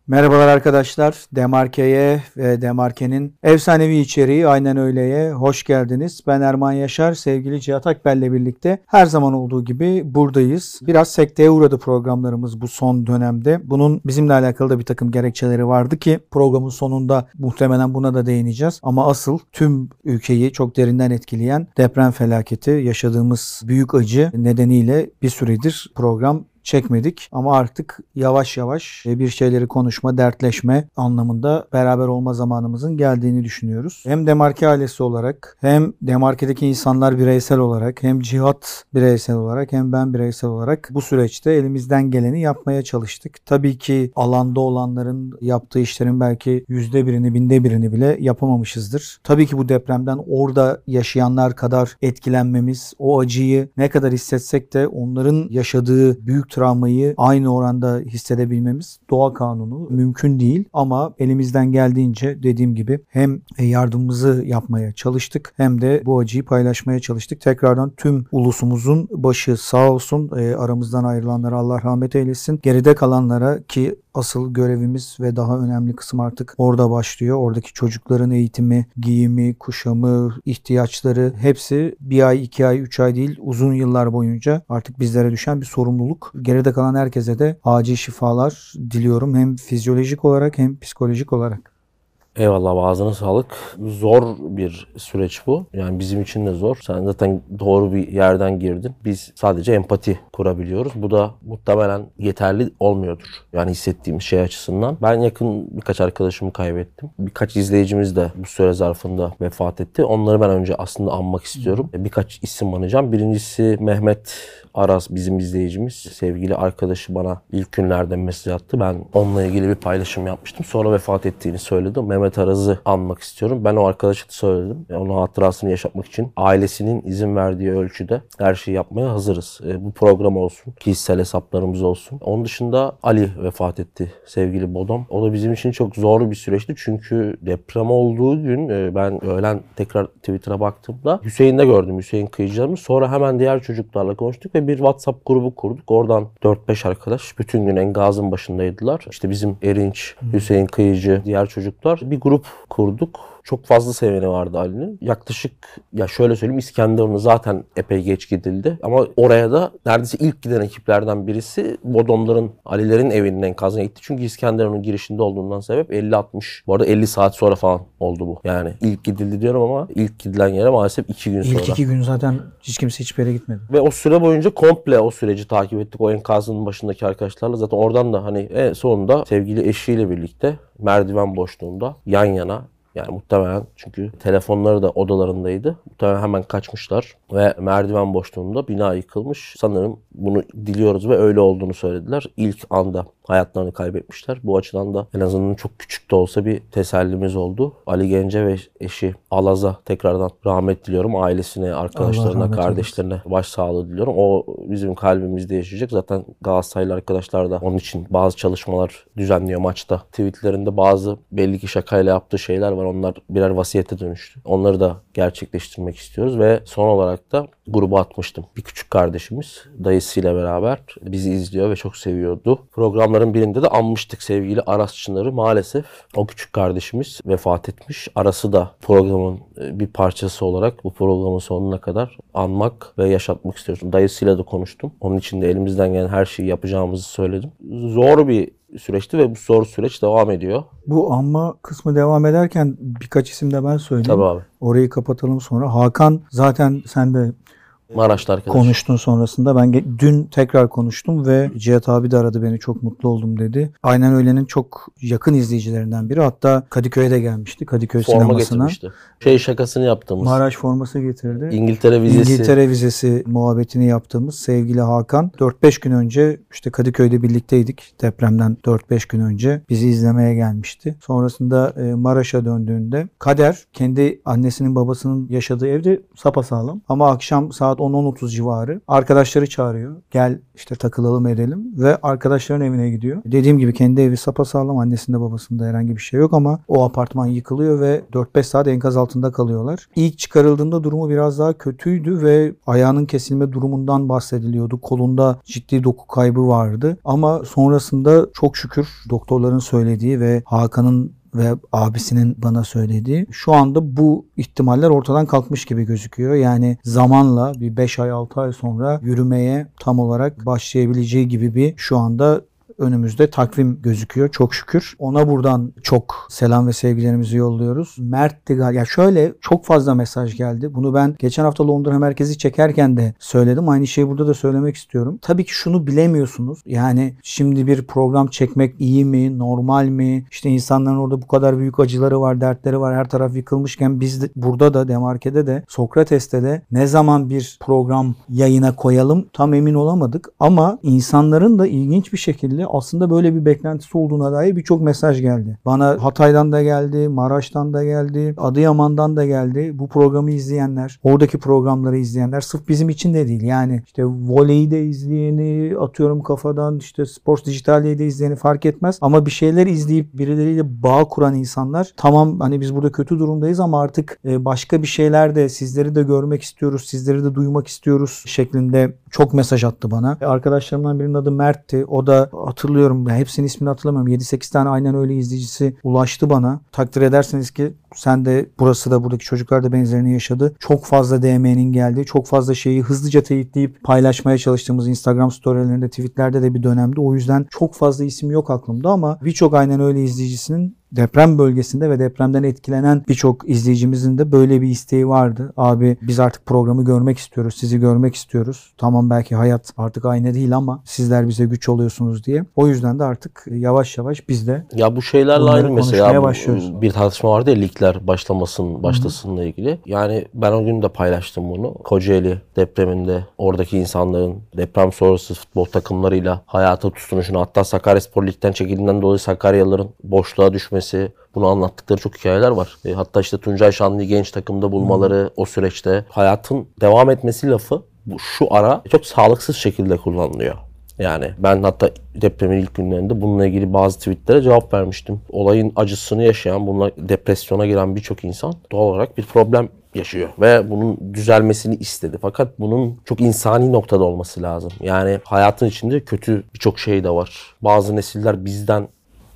Merhabalar arkadaşlar. Demarke'ye ve Demarke'nin efsanevi içeriği Aynen Öyle'ye hoş geldiniz. Ben Erman Yaşar, sevgili Cihat Akbel'le birlikte her zaman olduğu gibi buradayız. Biraz sekteye uğradı programlarımız bu son dönemde. Bunun bizimle alakalı da bir takım gerekçeleri vardı ki programın sonunda muhtemelen buna da değineceğiz. Ama asıl tüm ülkeyi çok derinden etkileyen deprem felaketi, yaşadığımız büyük acı nedeniyle bir süredir program çekmedik ama artık yavaş yavaş bir şeyleri konuşma, dertleşme anlamında beraber olma zamanımızın geldiğini düşünüyoruz. Hem Demarke ailesi olarak, hem Demarke'deki insanlar bireysel olarak, hem Cihat bireysel olarak, hem ben bireysel olarak bu süreçte elimizden geleni yapmaya çalıştık. Tabii ki alanda olanların yaptığı işlerin belki %1'ini, binde birini bile yapamamışızdır. Tabii ki bu depremden orada yaşayanlar kadar etkilenmemiz, o acıyı ne kadar hissetsek de onların yaşadığı büyük travmayı aynı oranda hissedebilmemiz doğa kanunu mümkün değil ama elimizden geldiğince dediğim gibi hem yardımımızı yapmaya çalıştık hem de bu acıyı paylaşmaya çalıştık. Tekrardan tüm ulusumuzun başı sağ olsun. Aramızdan ayrılanlara Allah rahmet eylesin. Geride kalanlara ki asıl görevimiz ve daha önemli kısım artık orada başlıyor. Oradaki çocukların eğitimi, giyimi, kuşamı, ihtiyaçları hepsi bir ay, 2 ay, 3 ay değil uzun yıllar boyunca artık bizlere düşen bir sorumluluk. Geride kalan herkese de acil şifalar diliyorum. Hem fizyolojik olarak hem psikolojik olarak. Eyvallah, ağzına sağlık. Zor bir süreç bu. Yani bizim için de zor. Sen zaten doğru bir yerden girdin. Biz sadece empati kurabiliyoruz. Bu da muhtemelen yeterli olmuyordur. Yani hissettiğimiz şey açısından. Ben yakın birkaç arkadaşımı kaybettim. Birkaç izleyicimiz de bu süre zarfında vefat etti. Onları ben önce aslında anmak istiyorum. Birkaç isim anacağım. Birincisi Mehmet Aras, bizim izleyicimiz. Sevgili arkadaşı bana ilk günlerde mesaj attı. Ben onunla ilgili bir paylaşım yapmıştım. Sonra vefat ettiğini söyledim. Mehmet Aras'ı anmak istiyorum. Ben o arkadaşa da söyledim. Onun hatırasını yaşatmak için ailesinin izin verdiği ölçüde her şeyi yapmaya hazırız. Bu program olsun, kişisel hesaplarımız olsun. Onun dışında Ali vefat etti, sevgili Bodom. O da bizim için çok zor bir süreçti. Çünkü deprem olduğu gün ben öğlen tekrar Twitter'a baktığımda Hüseyin'de gördüm. Hüseyin Kıyıcılar'ımı. Sonra hemen diğer çocuklarla konuştuk ve bir WhatsApp grubu kurduk. Oradan 4-5 arkadaş bütün gün enkazın başındaydılar. İşte bizim Erinç, Hüseyin Kıyıcı, diğer çocuklar bir grup kurduk. Çok fazla seveni vardı Ali'nin. Yaklaşık, ya şöyle söyleyeyim, İskenderun'a zaten epey geç gidildi. Ama oraya da neredeyse ilk giden ekiplerden birisi Bodomların, Ali'lerin evinin enkazına gitti. Çünkü İskenderun'un girişinde olduğundan sebep 50-60. Bu arada 50 saat sonra falan oldu bu. Yani ilk gidildi diyorum ama ilk gidilen yere maalesef 2 gün sonra. İlk 2 gün zaten hiç kimse hiçbir yere gitmedi. Ve o süre boyunca komple o süreci takip ettik. O enkazın başındaki arkadaşlarla. Zaten oradan da hani sonunda sevgili eşiyle birlikte merdiven boşluğunda yan yana. Yani muhtemelen, çünkü telefonları da odalarındaydı. Muhtemelen hemen kaçmışlar ve merdiven boşluğunda bina yıkılmış. Sanırım bunu diliyoruz ve öyle olduğunu söylediler. İlk anda hayatlarını kaybetmişler. Bu açıdan da en azından çok küçük de olsa bir tesellimiz oldu. Ali Gence ve eşi Alaz'a tekrardan rahmet diliyorum. Ailesine, arkadaşlarına, kardeşlerine başsağlığı diliyorum. O bizim kalbimizde yaşayacak. Zaten Galatasaraylı arkadaşlar da onun için bazı çalışmalar düzenliyor maçta. Tweetlerinde bazı belli ki şakayla yaptığı şeyler var. Onlar birer vasiyete dönüştü. Onları da gerçekleştirmek istiyoruz ve son olarak da gruba atmıştım. Bir küçük kardeşimiz dayısıyla beraber bizi izliyor ve çok seviyordu. Programların birinde de anmıştık sevgili Aras Çınar'ı. Maalesef o küçük kardeşimiz vefat etmiş. Aras'ı da programın bir parçası olarak bu programın sonuna kadar anmak ve yaşatmak istiyoruz. Dayısıyla da konuştum. Onun için de elimizden gelen her şeyi yapacağımızı söyledim. Zor bir süreçti ve bu zor süreç devam ediyor. Bu anma kısmı devam ederken birkaç isim de ben söyleyeyim. Tabii abi. Orayı kapatalım sonra. Hakan, zaten sen de Maraş'ta arkadaş. Konuştun sonrasında. Ben dün tekrar konuştum ve Cihat abi de aradı beni, çok mutlu oldum dedi. Aynen Öyle'nin çok yakın izleyicilerinden biri. Hatta Kadıköy'e de gelmişti. Kadıköy forma sinemasına. getirmişti. Şakasını yaptığımız. Maraş forması getirdi. İngiltere vizesi muhabbetini yaptığımız sevgili Hakan. 4-5 gün önce işte Kadıköy'de birlikteydik. Depremden 4-5 gün önce bizi izlemeye gelmişti. Sonrasında Maraş'a döndüğünde Kader kendi annesinin babasının yaşadığı evde sapasağlam. Ama akşam saat saat 10-10.30 civarı arkadaşları çağırıyor. Gel işte takılalım edelim ve arkadaşların evine gidiyor. Dediğim gibi kendi evi sapasağlam, annesinde babasında herhangi bir şey yok ama o apartman yıkılıyor ve 4-5 saat enkaz altında kalıyorlar. İlk çıkarıldığında durumu biraz daha kötüydü ve ayağının kesilme durumundan bahsediliyordu. Kolunda ciddi doku kaybı vardı ama sonrasında çok şükür doktorların söylediği ve Hakan'ın ve abisinin bana söylediği, şu anda bu ihtimaller ortadan kalkmış gibi gözüküyor. Yani zamanla bir 5 ay 6 ay sonra yürümeye tam olarak başlayabileceği gibi bir şu anda önümüzde takvim gözüküyor çok şükür. Ona buradan çok selam ve sevgilerimizi yolluyoruz. Mert'ti galiba. Ya şöyle çok fazla mesaj geldi. Bunu ben geçen hafta Londra merkezi çekerken de söyledim. Aynı şeyi burada da söylemek istiyorum. Tabii ki şunu bilemiyorsunuz. Yani şimdi bir program çekmek iyi mi, normal mi? İşte insanların orada bu kadar büyük acıları var, dertleri var. Her taraf yıkılmışken biz de, burada da Demarke'de de Sokrates'te de ne zaman bir program yayına koyalım tam emin olamadık. Ama insanların da ilginç bir şekilde aslında böyle bir beklentisi olduğuna dair birçok mesaj geldi. Bana Hatay'dan da geldi, Maraş'tan da geldi, Adıyaman'dan da geldi. Bu programı izleyenler, oradaki programları izleyenler sırf bizim için de değil. Yani işte voleyi de izleyeni, atıyorum kafadan işte Sports Dijital'de de izleyeni fark etmez. Ama bir şeyler izleyip birileriyle bağ kuran insanlar, tamam hani biz burada kötü durumdayız ama artık başka bir şeyler de, sizleri de görmek istiyoruz, sizleri de duymak istiyoruz şeklinde çok mesaj attı bana. Arkadaşlarımdan birinin adı Mert'ti. O da hatırlıyorum. Hepsinin ismini hatırlamıyorum. 7-8 tane aynen öyle izleyicisi ulaştı bana. Takdir ederseniz ki sen de, burası da, buradaki çocuklar da benzerini yaşadı. Çok fazla DM'nin geldi. Çok fazla şeyi hızlıca teyitleyip paylaşmaya çalıştığımız Instagram storylerinde, tweetlerde de bir dönemdi. O yüzden çok fazla isim yok aklımda ama birçok aynen öyle izleyicisinin deprem bölgesinde ve depremden etkilenen birçok izleyicimizin de böyle bir isteği vardı. Abi biz artık programı görmek istiyoruz, sizi görmek istiyoruz. Tamam belki hayat artık aynı değil ama sizler bize güç oluyorsunuz diye. O yüzden de artık yavaş yavaş biz de ya bu şeylerle aynı mesela bir tartışma vardı ya, ligler başlasınla ilgili. Yani ben o gün de paylaştım bunu. Kocaeli depreminde oradaki insanların deprem sonrası futbol takımlarıyla hayata tutunuşunu, hatta Sakaryaspor ligden çekildiğinden dolayı Sakaryalıların boşluğa düşmesi, bunu anlattıkları çok hikayeler var. Hatta işte Tuncay Şanlı'yı genç takımda bulmaları, o süreçte hayatın devam etmesi lafı şu ara çok sağlıksız şekilde kullanılıyor. Yani ben hatta depremin ilk günlerinde bununla ilgili bazı tweetlere cevap vermiştim. Olayın acısını yaşayan, bununla depresyona giren birçok insan doğal olarak bir problem yaşıyor ve bunun düzelmesini istedi. Fakat bunun çok insani noktada olması lazım. Yani hayatın içinde kötü birçok şey de var. Bazı nesiller bizden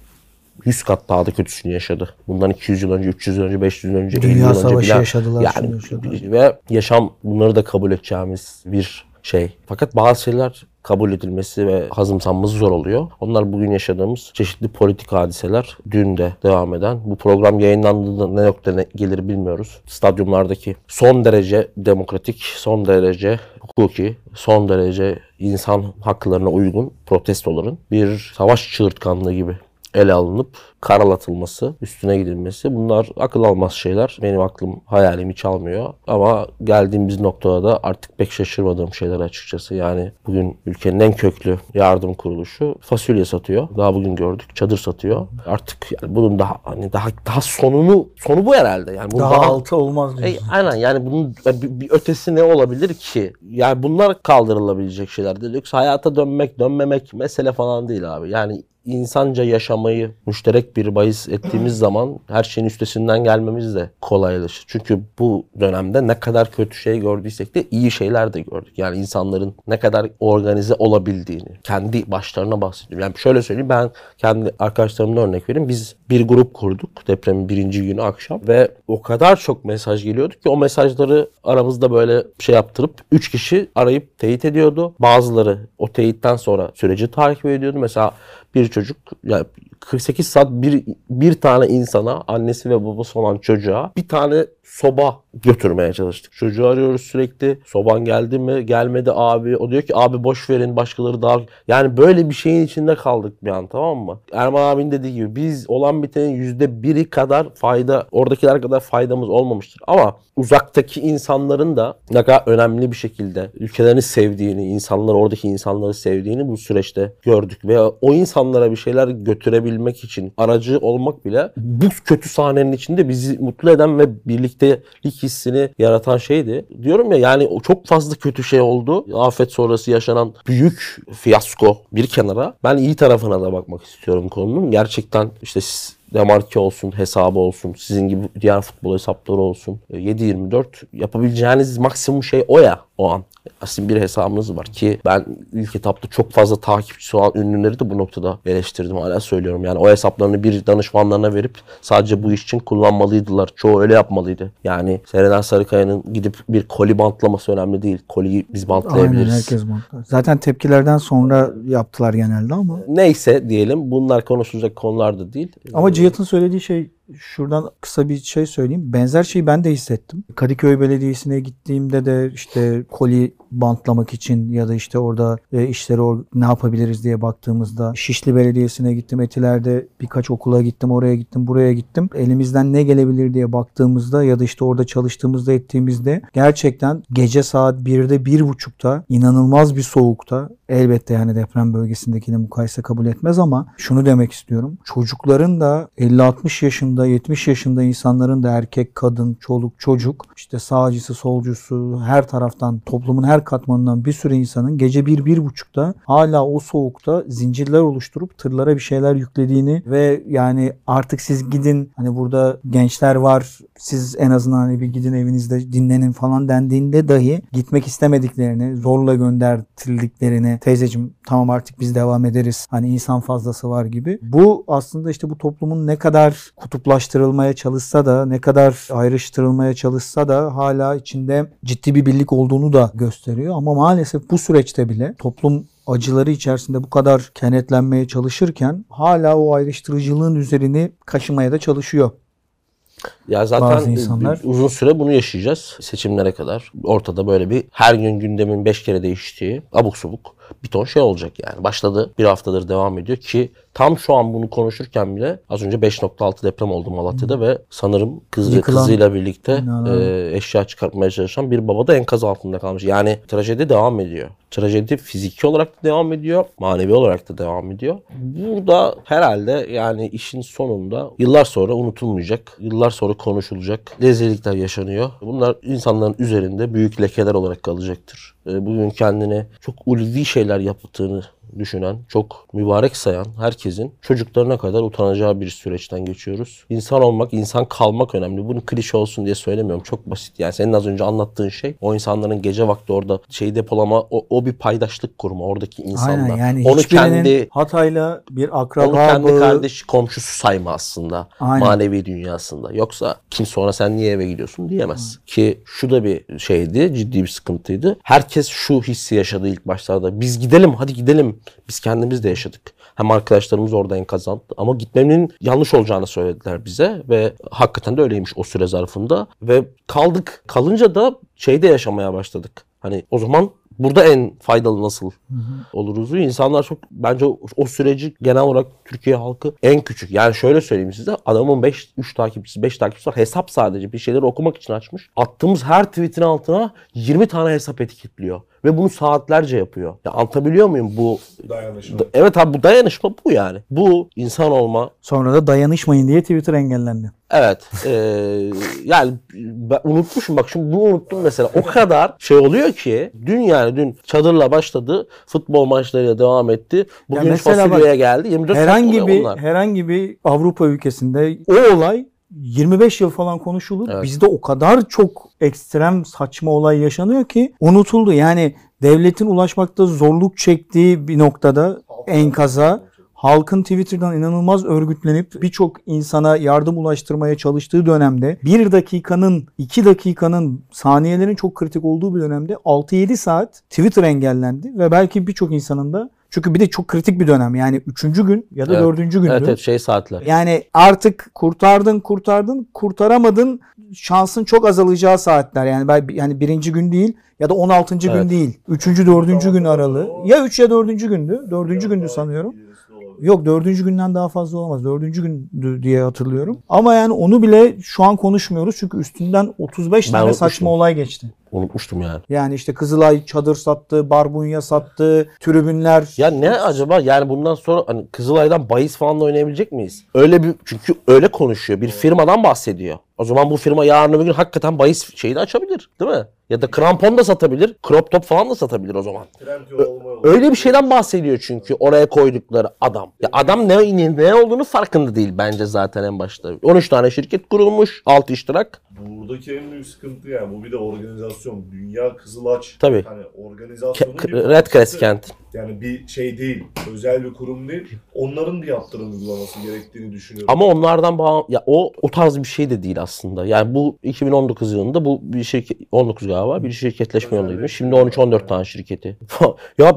100 kat daha da kötüsünü yaşadı. Bundan 200 yıl önce, 300 yıl önce, 500 yıl önce, 50 yıl Dünya önce savaşı bile yaşadılar. yani ve yaşam bunları da kabul edeceğimiz bir şey. Fakat bazı şeyler kabul edilmesi ve hazımsanması zor oluyor. Onlar bugün yaşadığımız çeşitli politik hadiseler, dün de devam eden. Bu program yayınlandığında ne noktaya gelir bilmiyoruz. Stadyumlardaki son derece demokratik, son derece hukuki, son derece insan haklarına uygun protestoların bir savaş çığırtkanlığı gibi ele alınıp karalatılması, üstüne gidilmesi, bunlar akıl almaz şeyler. Benim aklım, hayalim hiç almıyor. Ama geldiğimiz noktada da artık pek şaşırmadığım şeyler açıkçası. Yani bugün ülkenin en köklü yardım kuruluşu fasulye satıyor. Daha bugün gördük. Çadır satıyor. Artık yani bunun daha sonu bu herhalde. Yani daha altı olmaz diyorsun. Aynen, yani bunun bir ötesi ne olabilir ki? Yani bunlar kaldırılabilecek şeyler değil. Yoksa hayata dönmemek mesele falan değil abi. Yani insanca yaşamayı müşterek bir bahis ettiğimiz zaman her şeyin üstesinden gelmemiz de kolaylaşır. Çünkü bu dönemde ne kadar kötü şey gördüysek de iyi şeyler de gördük. Yani insanların ne kadar organize olabildiğini, kendi başlarına bahsediyorum. Yani şöyle söyleyeyim, ben kendi arkadaşlarımdan örnek vereyim. Biz bir grup kurduk depremin birinci günü akşam ve o kadar çok mesaj geliyordu ki o mesajları aramızda böyle şey yaptırıp 3 kişi arayıp teyit ediyordu. Bazıları o teyitten sonra süreci takip ediyordu. Mesela bir çocuk, yani 48 saat bir tane insana, annesi ve babası olan çocuğa bir tane soba götürmeye çalıştık. Çocuğu arıyoruz sürekli. Soban geldi mi? Gelmedi abi. O diyor ki abi boş verin, başkaları daha... Yani böyle bir şeyin içinde kaldık bir an, tamam mı? Erman abinin dediği gibi biz olan bitenin %1'i kadar fayda, oradakiler kadar faydamız olmamıştır. Ama uzaktaki insanların da ne kadar önemli bir şekilde ülkelerini sevdiğini, oradaki insanları sevdiğini bu süreçte gördük. Ve o insanlara bir şeyler götürebilmek için aracı olmak bile bu kötü sahnenin içinde bizi mutlu eden ve birlikte birliktelik hissini yaratan şeydi. Diyorum ya yani o çok fazla kötü şey oldu. Afet sonrası yaşanan büyük fiyasko bir kenara. Ben iyi tarafına da bakmak istiyorum konunun. Gerçekten işte demarke olsun, hesabı olsun, sizin gibi diğer futbol hesapları olsun. 7-24 yapabileceğiniz maksimum şey o ya o an. Aslında bir hesabınız var ki ben ilk etapta çok fazla takipçisi olan ünlüleri de bu noktada eleştirdim. Hala söylüyorum yani o hesaplarını bir danışmanlarına verip sadece bu iş için kullanmalıydılar. Çoğu öyle yapmalıydı. Yani Serenay Sarıkaya'nın gidip bir koli bantlaması önemli değil. Koliyi biz bantlayabiliriz. Aynen, herkes bantlar. Zaten tepkilerden sonra yaptılar genelde ama. Neyse diyelim, bunlar konuşulacak konular da değil. Ama Cihat'ın söylediği şey, şuradan kısa bir şey söyleyeyim. Benzer şeyi ben de hissettim. Kadıköy Belediyesi'ne gittiğimde de işte koli bantlamak için ya da işte orada işleri ne yapabiliriz diye baktığımızda, Şişli Belediyesi'ne gittim. Etiler'de birkaç okula gittim. Oraya gittim, buraya gittim. Elimizden ne gelebilir diye baktığımızda ya da işte orada çalıştığımızda, ettiğimizde gerçekten gece saat 1'de 1.30'da inanılmaz bir soğukta, elbette yani deprem bölgesindekine mukayese kabul etmez ama şunu demek istiyorum. Çocukların da 50-60 yaşında, 70 yaşında insanların da, erkek, kadın, çoluk, çocuk, işte sağcısı, solcusu, her taraftan, toplumun her katmanından bir sürü insanın gece 1-1.30'da hala o soğukta zincirler oluşturup tırlara bir şeyler yüklediğini ve yani artık siz gidin, hani burada gençler var, siz en azından hani bir gidin evinizde dinlenin falan dendiğinde dahi gitmek istemediklerini, zorla göndertildiklerini, teyzeciğim tamam artık biz devam ederiz, hani insan fazlası var gibi. Bu aslında işte bu toplumun ne kadar kutuplaştırılmaya çalışsa da, ne kadar ayrıştırılmaya çalışsa da hala içinde ciddi bir birlik olduğunu da gösteriyor. Ama maalesef bu süreçte bile toplum acıları içerisinde bu kadar kenetlenmeye çalışırken hala o ayrıştırıcılığın üzerini kaşımaya da çalışıyor. Ya zaten uzun süre bunu yaşayacağız seçimlere kadar. Ortada böyle bir her gün gündemin 5 kere değiştiği abuk subuk bir ton şey olacak yani. Başladı, bir haftadır devam ediyor ki tam şu an bunu konuşurken bile az önce 5.6 deprem oldu Malatya'da ve sanırım kızıyla birlikte eşya çıkartmaya çalışan bir baba da enkaz altında kalmış. Yani trajedi devam ediyor. Trajedi fiziki olarak da devam ediyor, manevi olarak da devam ediyor. Burada herhalde yani işin sonunda yıllar sonra unutulmayacak, yıllar sonra konuşulacak rezillikler yaşanıyor. Bunlar insanların üzerinde büyük lekeler olarak kalacaktır. Bugün kendine çok ulvi şeyler yaptığını düşünen, çok mübarek sayan herkesin çocuklarına kadar utanacağı bir süreçten geçiyoruz. İnsan olmak, insan kalmak önemli. Bunu klişe olsun diye söylemiyorum. Çok basit. Yani senin az önce anlattığın şey, o insanların gece vakti orada depolama, o bir paydaşlık kurumu oradaki insanlar. Aynen, yani onu kendi Hatay'la bir akraba onu kendi kardeş komşusu sayma aslında. Aynen. Manevi dünyasında. Yoksa kim sonra sen niye eve gidiyorsun diyemez. Ki şu da bir şeydi, ciddi bir sıkıntıydı. Herkes şu hissi yaşadı ilk başlarda. Biz gidelim, hadi gidelim. Biz kendimiz de yaşadık. Hem arkadaşlarımız orada enkaz altında ama gitmemin yanlış olacağını söylediler bize ve hakikaten de öyleymiş o süre zarfında ve kaldık. Kalınca da şeyde yaşamaya başladık. Hani o zaman burada en faydalı nasıl oluruz? İnsanlar çok bence o süreci genel olarak Türkiye halkı en küçük. Yani şöyle söyleyeyim size, adamın 5 takipçisi var. Hesap sadece bir şeyleri okumak için açmış. Attığımız her tweetin altına 20 tane hesap etiketliyor. Ve bunu saatlerce yapıyor. Ya anlatabiliyor muyum bu? Dayanışma. Evet abi, bu dayanışma bu yani. Bu insan olma. Sonra da dayanışmayın diye Twitter engellendi. Evet. Yani ben unutmuşum. Bak şimdi bunu unuttum mesela. O kadar şey oluyor ki dün çadırla başladı. Futbol maçlarıyla devam etti. Bugün fasulyeye geldi. 24 herhangi bir Avrupa ülkesinde o olay 25 yıl falan konuşulur. Evet. Bizde o kadar çok ekstrem saçma olay yaşanıyor ki unutuldu. Yani devletin ulaşmakta zorluk çektiği bir noktada enkaza, halkın Twitter'dan inanılmaz örgütlenip birçok insana yardım ulaştırmaya çalıştığı dönemde 1 dakikanın, 2 dakikanın, saniyelerin çok kritik olduğu bir dönemde 6-7 saat Twitter engellendi ve belki birçok insanın da, çünkü bir de çok kritik bir dönem. Yani 3. gün ya da 4. gündü. Evet, saatler. Yani artık kurtardın, kurtaramadın, şansın çok azalacağı saatler. Yani 1. gün değil ya da 16. gün değil. 3. 4. gün aralığı. Ya 3 ya 4. gündü. 4. gündü sanıyorum. Yok, 4. günden daha fazla olamaz. 4. gündü diye hatırlıyorum. Ama yani onu bile şu an konuşmuyoruz. Çünkü üstünden 35 tane saçma olay geçti. Unutmuştum yani. Yani işte Kızılay çadır sattı, barbunya sattı, tribünler. Ya ne acaba? Yani bundan sonra hani Kızılay'dan bahis falan da oynayabilecek miyiz? Çünkü öyle konuşuyor. Bir firmadan bahsediyor. O zaman bu firma yarın öbür gün hakikaten bahis şeyi de açabilir, değil mi? Ya da krampon da satabilir, crop top falan da satabilir o zaman. Öyle bir şeyden bahsediyor çünkü oraya koydukları adam. Ya adam ne olduğunu farkında değil bence zaten en başta. 13 tane şirket kurulmuş, 6 iştirak. Buradaki en büyük sıkıntı yani bu bir de organizasyon. Dünya Kızılaç. Tabii. Hani organizasyonun bir Red Crescent. Yani bir şey değil, özel bir kurum değil. Onların bir yaptırım uygulaması gerektiğini düşünüyorum. Ama onlardan ya o tarz bir şey de değil aslında. Yani bu 2019 yılında bu bir şirket 19 galiba bir şirketleşme yoluymuş. Şimdi 13-14 tane şirketi. Ya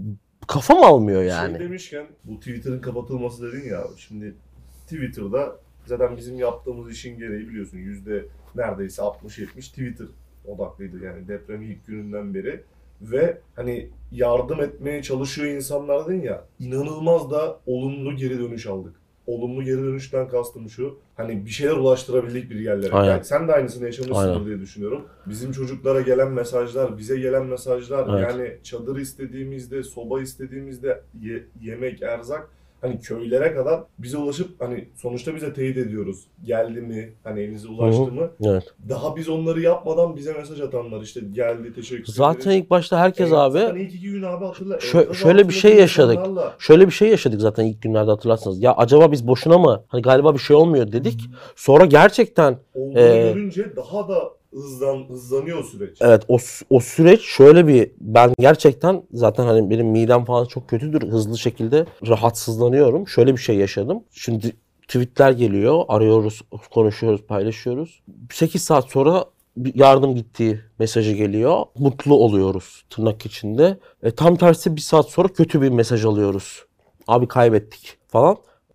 kafam almıyor yani. Şey demişken bu Twitter'ın kapatılması dedin ya. Şimdi Twitter'da zaten bizim yaptığımız işin gereği biliyorsun neredeyse 60-70 Twitter odaklıydı yani depremin ilk gününden beri. Ve hani yardım etmeye çalışıyor insanlar dedin ya, inanılmaz da olumlu geri dönüş aldık. Olumlu geri dönüşten kastım şu, hani bir şeyler ulaştırabildik bir yerlere. Yani sen de aynısını yaşamışsındır diye düşünüyorum. Bizim çocuklara gelen mesajlar, bize gelen mesajlar, yani çadır istediğimizde, soba istediğimizde, yemek, erzak, hani köylere kadar bize ulaşıp hani sonuçta bize teyit ediyoruz. Geldi mi? Hani elinize ulaştı mı? Evet. Daha biz onları yapmadan bize mesaj atanlar işte geldi, teşekkür ederim. Zaten ilk başta herkes abi. İlk 2 gün abi hatırla. Şöyle bir şey yaşadık. Şöyle bir şey yaşadık zaten ilk günlerde hatırlarsanız. Ya acaba biz boşuna mı? Hani galiba bir şey olmuyor dedik. Sonra gerçekten olduğunu görünce daha da hızlanıyor o süreç. Evet o süreç şöyle ben gerçekten zaten hani benim midem falan çok kötüdür. Hızlı şekilde rahatsızlanıyorum. Şöyle bir şey yaşadım. Şimdi tweetler geliyor. Arıyoruz, konuşuyoruz, paylaşıyoruz. 8 saat sonra bir yardım gittiği mesajı geliyor. Mutlu oluyoruz tırnak içinde. Tam tersi 1 saat sonra kötü bir mesaj alıyoruz. Abi kaybettik falan.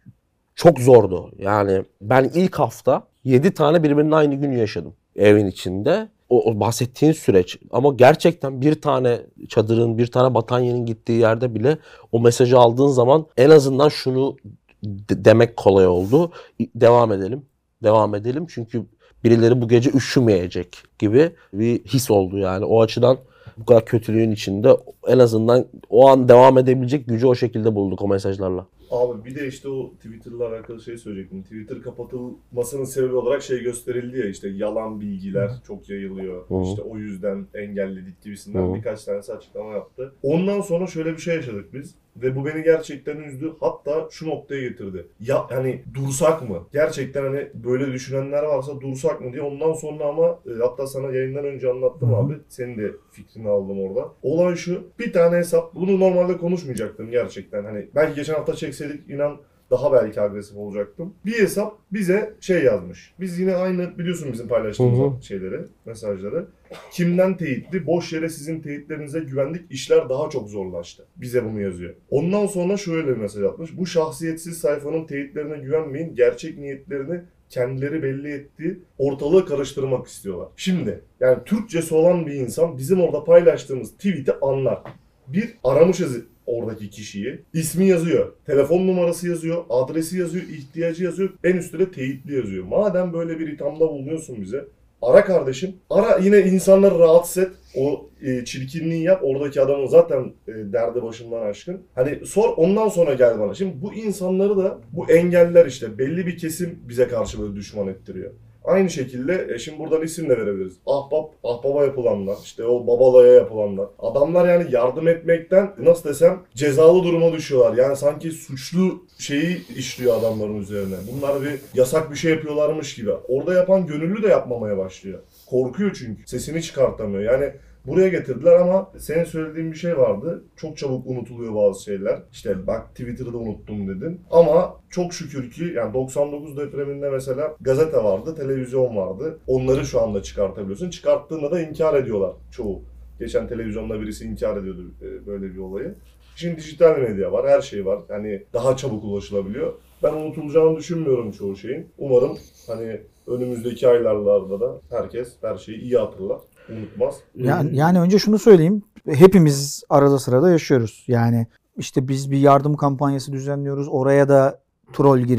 Çok zordu. Yani ben ilk hafta 7 tane birbirinin aynı günü yaşadım. Evin içinde. O bahsettiğin süreç. Ama gerçekten bir tane çadırın, bir tane batanyenin gittiği yerde bile o mesajı aldığın zaman en azından şunu demek kolay oldu. Devam edelim. Devam edelim. Çünkü birileri bu gece üşümeyecek gibi bir his oldu yani. O açıdan bu kadar kötülüğün içinde en azından o an devam edebilecek gücü o şekilde bulduk o mesajlarla. Abi bir de işte o Twitter'la alakalı şey söyleyecektim. Twitter kapatılmasının sebebi olarak şey gösterildi ya, işte yalan bilgiler çok yayılıyor. İşte o yüzden engelledik gibisinden birkaç tanesi açıklama yaptı. Ondan sonra şöyle bir şey yaşadık biz. Ve bu beni gerçekten üzdü. Hatta şu noktaya getirdi. Ya hani dursak mı? Gerçekten hani böyle düşünenler varsa dursak mı diye. Ondan sonra ama hatta sana yayından önce anlattım abi. Senin de fikrini aldım orada. Olay şu. Bir tane hesap. Bunu normalde konuşmayacaktım gerçekten. Hani belki geçen hafta çekseydik inan daha belki agresif olacaktım. Bir hesap bize şey yazmış. Biz yine aynı biliyorsun bizim paylaştığımız şeyleri, mesajları. Kimden teyitli? Boş yere sizin teyitlerinize güvendik. İşler daha çok zorlaştı. Bize bunu yazıyor. Ondan sonra şöyle bir mesaj atmış. Bu şahsiyetsiz sayfanın teyitlerine güvenmeyin. Gerçek niyetlerini kendileri belli ettiği ortalığı karıştırmak istiyorlar. Şimdi yani Türkçesi olan bir insan bizim orada paylaştığımız tweet'i anlar. Bir aramışız oradaki kişiyi. İsmi yazıyor. Telefon numarası yazıyor. Adresi yazıyor. İhtiyacı yazıyor. En üstte de teyitli yazıyor. Madem böyle bir ithamda bulunuyorsun bize, ara kardeşim. Ara yine insanları rahatsız et. O çirkinliği yap. Oradaki adamın zaten derdi başından aşkın. Hani sor, ondan sonra gel bana. Şimdi bu insanları da bu engeller işte belli bir kesim bize karşı böyle düşman ettiriyor. Aynı şekilde şimdi buradan isim de verebiliriz. Ahbaba yapılanlar, işte o babalaya yapılanlar. Adamlar yani yardım etmekten nasıl desem cezalı duruma düşüyorlar. Yani sanki suçlu şeyi işliyor adamların üzerine. Bunlar bir yasak bir şey yapıyorlarmış gibi. Orada yapan gönüllü de yapmamaya başlıyor. Korkuyor çünkü. Sesini çıkartamıyor. Yani buraya getirdiler ama senin söylediğin bir şey vardı. Çok çabuk unutuluyor bazı şeyler. İşte bak Twitter'ı da unuttum dedin. Ama çok şükür ki yani 99 depreminde mesela gazete vardı, televizyon vardı. Onları şu anda çıkartabiliyorsun. Çıkarttığında da inkar ediyorlar çoğu. Geçen televizyonda birisi inkar ediyordu böyle bir olayı. Şimdi dijital medya var, her şey var. Yani daha çabuk ulaşılabiliyor. Ben unutulacağını düşünmüyorum çoğu şeyin. Umarım hani önümüzdeki aylarda da herkes her şeyi iyi hatırlar. Unutmaz. Yani önce şunu söyleyeyim. Hepimiz arada sırada yaşıyoruz. Yani işte biz bir yardım kampanyası düzenliyoruz. Oraya da troll giriyor.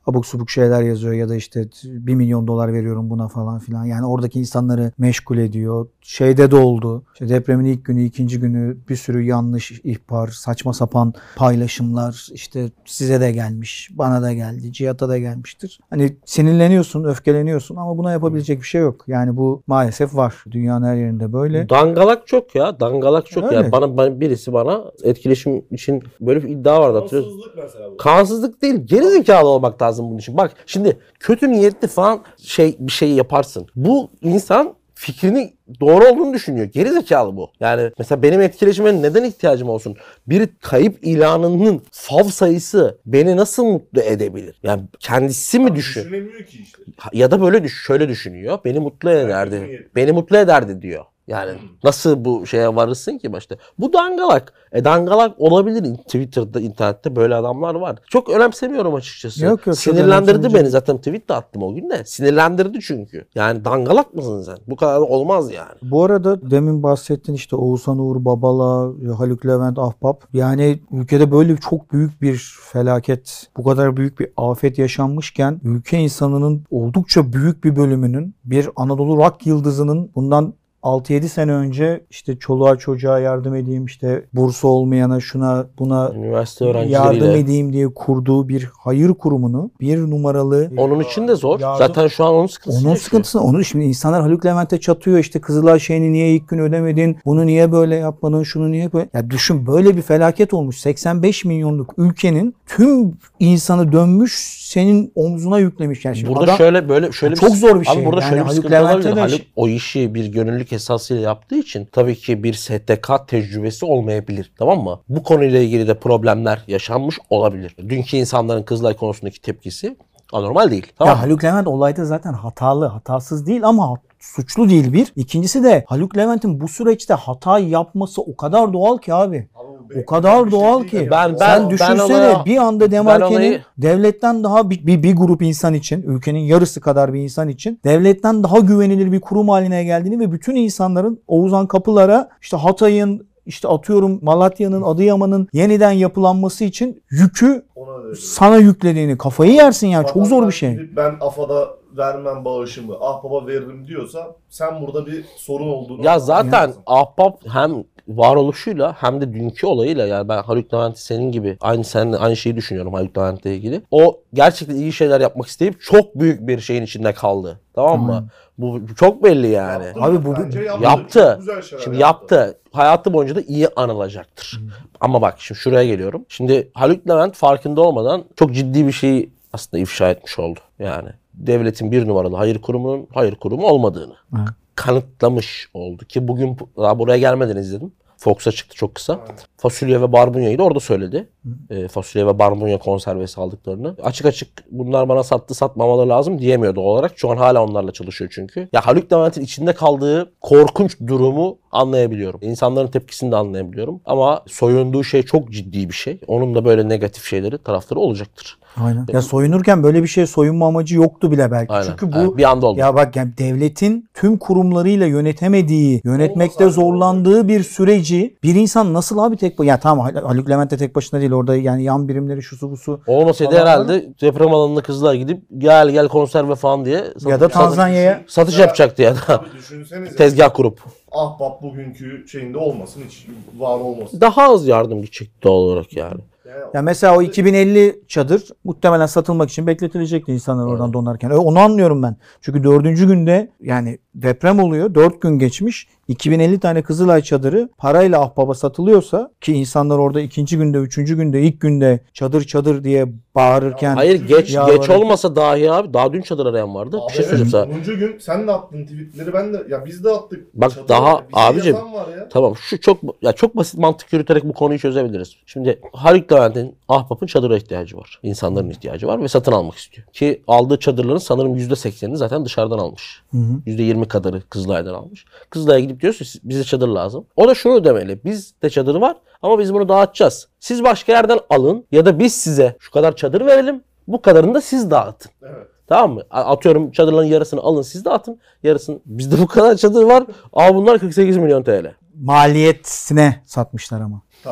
abuk subuk şeyler yazıyor ya da işte 1 milyon dolar veriyorum buna falan filan. Yani oradaki insanları meşgul ediyor. Şeyde de oldu. İşte depremin ilk günü, ikinci günü bir sürü yanlış ihbar, saçma sapan paylaşımlar, işte size de gelmiş, bana da geldi, Cihat'a da gelmiştir. Hani sinirleniyorsun, öfkeleniyorsun ama buna yapabilecek bir şey yok. Yani bu maalesef var. Dünyanın her yerinde böyle. Dangalak çok ya. Dangalak çok Öyle. ya. Birisi bana etkileşim için böyle bir iddia vardı, hatırlıyorsun. Kansızlık mesela bu. Kansızlık değil. Gerizekalı olmak lazım bunun için. Bak şimdi kötü niyetli falan bir şey yaparsın. Bu insan fikrini doğru olduğunu düşünüyor. Gerizekalı bu. Yani mesela benim etkileşime neden ihtiyacım olsun? Bir kayıp ilanının fav sayısı beni nasıl mutlu edebilir? Yani kendisi mi düşün? Düşünemiyor ki işte. Ya da böyle şöyle düşünüyor. Beni mutlu ederdi. Beni mutlu ederdi diyor. Yani nasıl bu şeye varırsın ki başta? Bu dangalak. Dangalak olabilir. Twitter'da, internette böyle adamlar var. Çok önemsemiyorum açıkçası. Yok, çok Sinirlendirdi önemsemeyeceğim. beni. Zaten tweet de attım o gün de. Sinirlendirdi çünkü. Yani dangalak mısın sen? Bu kadar da olmaz yani. Bu arada demin bahsettin işte Oğuzhan Uğur Babala, Haluk Levent, Ahbap. Yani ülkede böyle çok büyük bir felaket, bu kadar büyük bir afet yaşanmışken ülke insanının oldukça büyük bir bölümünün bir Anadolu rock yıldızının bundan 6-7 sene önce işte çoluğa çocuğa yardım edeyim, işte bursu olmayana şuna buna Üniversite yardım öğrencileriyle. edeyim diye kurduğu bir hayır kurumunu bir numaralı Onun için de zor. Yardım- Zaten şu an onun sıkıntısı. onun yaşıyor. sıkıntısını, onu şimdi insanlar Haluk Levent'e çatıyor, işte Kızılay şeyini niye ilk gün ödemedin, bunu niye böyle yapmadın, şunu niye böyle. Ya düşün, böyle bir felaket olmuş. 85 milyonluk ülkenin tüm insanı dönmüş senin omzuna yüklemiş. Yani şimdi Burada adam, şöyle bir çok zor bir şey. Abi burada Yani şöyle bir Haluk sıkıntı Levent'e olabilir. de Haluk o işi bir gönüllülük esasıyla yaptığı için tabii ki bir STK tecrübesi olmayabilir. Tamam mı? Bu konuyla ilgili de problemler yaşanmış olabilir. Dünkü insanların Kızılay konusundaki tepkisi anormal değil. Tamam ya mı? Haluk Levent olayda zaten hatalı, hatasız değil ama suçlu değil bir. İkincisi de Haluk Levent'in bu süreçte hata yapması o kadar doğal ki abi. O kadar doğal ki. Sen düşünsene bir anda Demarke'nin devletten daha bir grup insan için, ülkenin yarısı kadar bir insan için devletten daha güvenilir bir kurum haline geldiğini ve bütün insanların Oğuzhan Kapılar'a işte Hatay'ın, işte atıyorum Malatya'nın, Adıyaman'ın yeniden yapılanması için yükü sana yüklediğini, kafayı yersin yani. Çok zor bir şey. Ben AFAD'a vermem bağışımı, Ahbap'a veririm diyorsa sen burada bir sorun olduğunu... Ya zaten Ahbap hem varoluşuyla hem de dünkü olayıyla, yani ben Haluk Levent'i senin gibi seninle aynı şeyi düşünüyorum Haluk Levent'le ilgili. O gerçekten iyi şeyler yapmak isteyip çok büyük bir şeyin içinde kaldı. Tamam mı? Bu çok belli yani. Abi bu yaptı. Şimdi yaptı. Hayatı boyunca da iyi anılacaktır. Ama bak şimdi şuraya geliyorum. Şimdi Haluk Levent farkında olmadan çok ciddi bir şeyi aslında ifşa etmiş oldu. Yani devletin bir numaralı hayır kurumunun hayır kurumu olmadığını kanıtlamış oldu ki bugün daha buraya gelmeden izledim. Fox'a çıktı çok kısa. Evet. Fasulye ve barbunyayı da orada söyledi. Fasulye ve barbunya konservesi aldıklarını. Açık açık bunlar bana sattı, satmamaları lazım diyemiyor doğal olarak. Şu an hala onlarla çalışıyor çünkü. Ya Haluk Levent'in içinde kaldığı korkunç durumu anlayabiliyorum. İnsanların tepkisini de anlayabiliyorum. Ama soyunduğu şey çok ciddi bir şey. Onun da böyle negatif şeyleri, tarafları olacaktır. Aynen. Ya soyunurken böyle bir şey soyunma amacı yoktu bile belki. Aynen. Çünkü bu yani bir anda oldu. Ya bak yani devletin tüm kurumlarıyla yönetemediği, yönetmekte zorlandığı bir süreci bir insan nasıl abi tek başına, ya tamam Haluk Levent de tek başına değil orada, yani yan birimleri şusu busu. Olmasaydı herhalde deprem alanına Kızılay'a gidip gel konserve falan diye ya da Tanzanya'ya satış yapacaktı ya da tezgah kurup. Ahbap bugünkü şeyinde olmasın, hiç var olmasın. Daha az yardım gidecekti doğal olarak yani. Ya mesela o 2050 çadır muhtemelen satılmak için bekletilecekti insanlar oradan donarken. Onu anlıyorum ben. Çünkü 4. günde yani deprem oluyor. 4 gün geçmiş. 2050 tane Kızılay çadırı parayla Ahbap'a satılıyorsa, ki insanlar orada 2. günde, 3. günde, ilk günde çadır diye bağırırken. Hayır geç olmasa dahi abi, daha dün çadır arayan vardı. Abi bir şey söyleyeyim sana. 10. gün sen de attın tweetleri, ben de, ya biz de attık. Bak çadır daha var, abicim ya. Tamam, şu çok basit mantık yürüterek bu konuyu çözebiliriz. Şimdi Haluk Levent'in, Ahbap'ın çadıra ihtiyacı var. İnsanların ihtiyacı var ve satın almak istiyor. Ki aldığı çadırların sanırım %80'ini zaten dışarıdan almış. %20 kadarı Kızılay'dan almış. Kızılay'a gidip diyor ki bize çadır lazım. O da şunu demeli: bizde çadır var ama biz bunu dağıtacağız. Siz başka yerden alın ya da biz size şu kadar çadır verelim. Bu kadarını da siz dağıtın. Evet. Tamam mı? Atıyorum çadırların yarısını alın siz dağıtın. Yarısını bizde bu kadar çadır var. Bunlar 48 milyon TL. Maliyetine satmışlar ama. Tabii.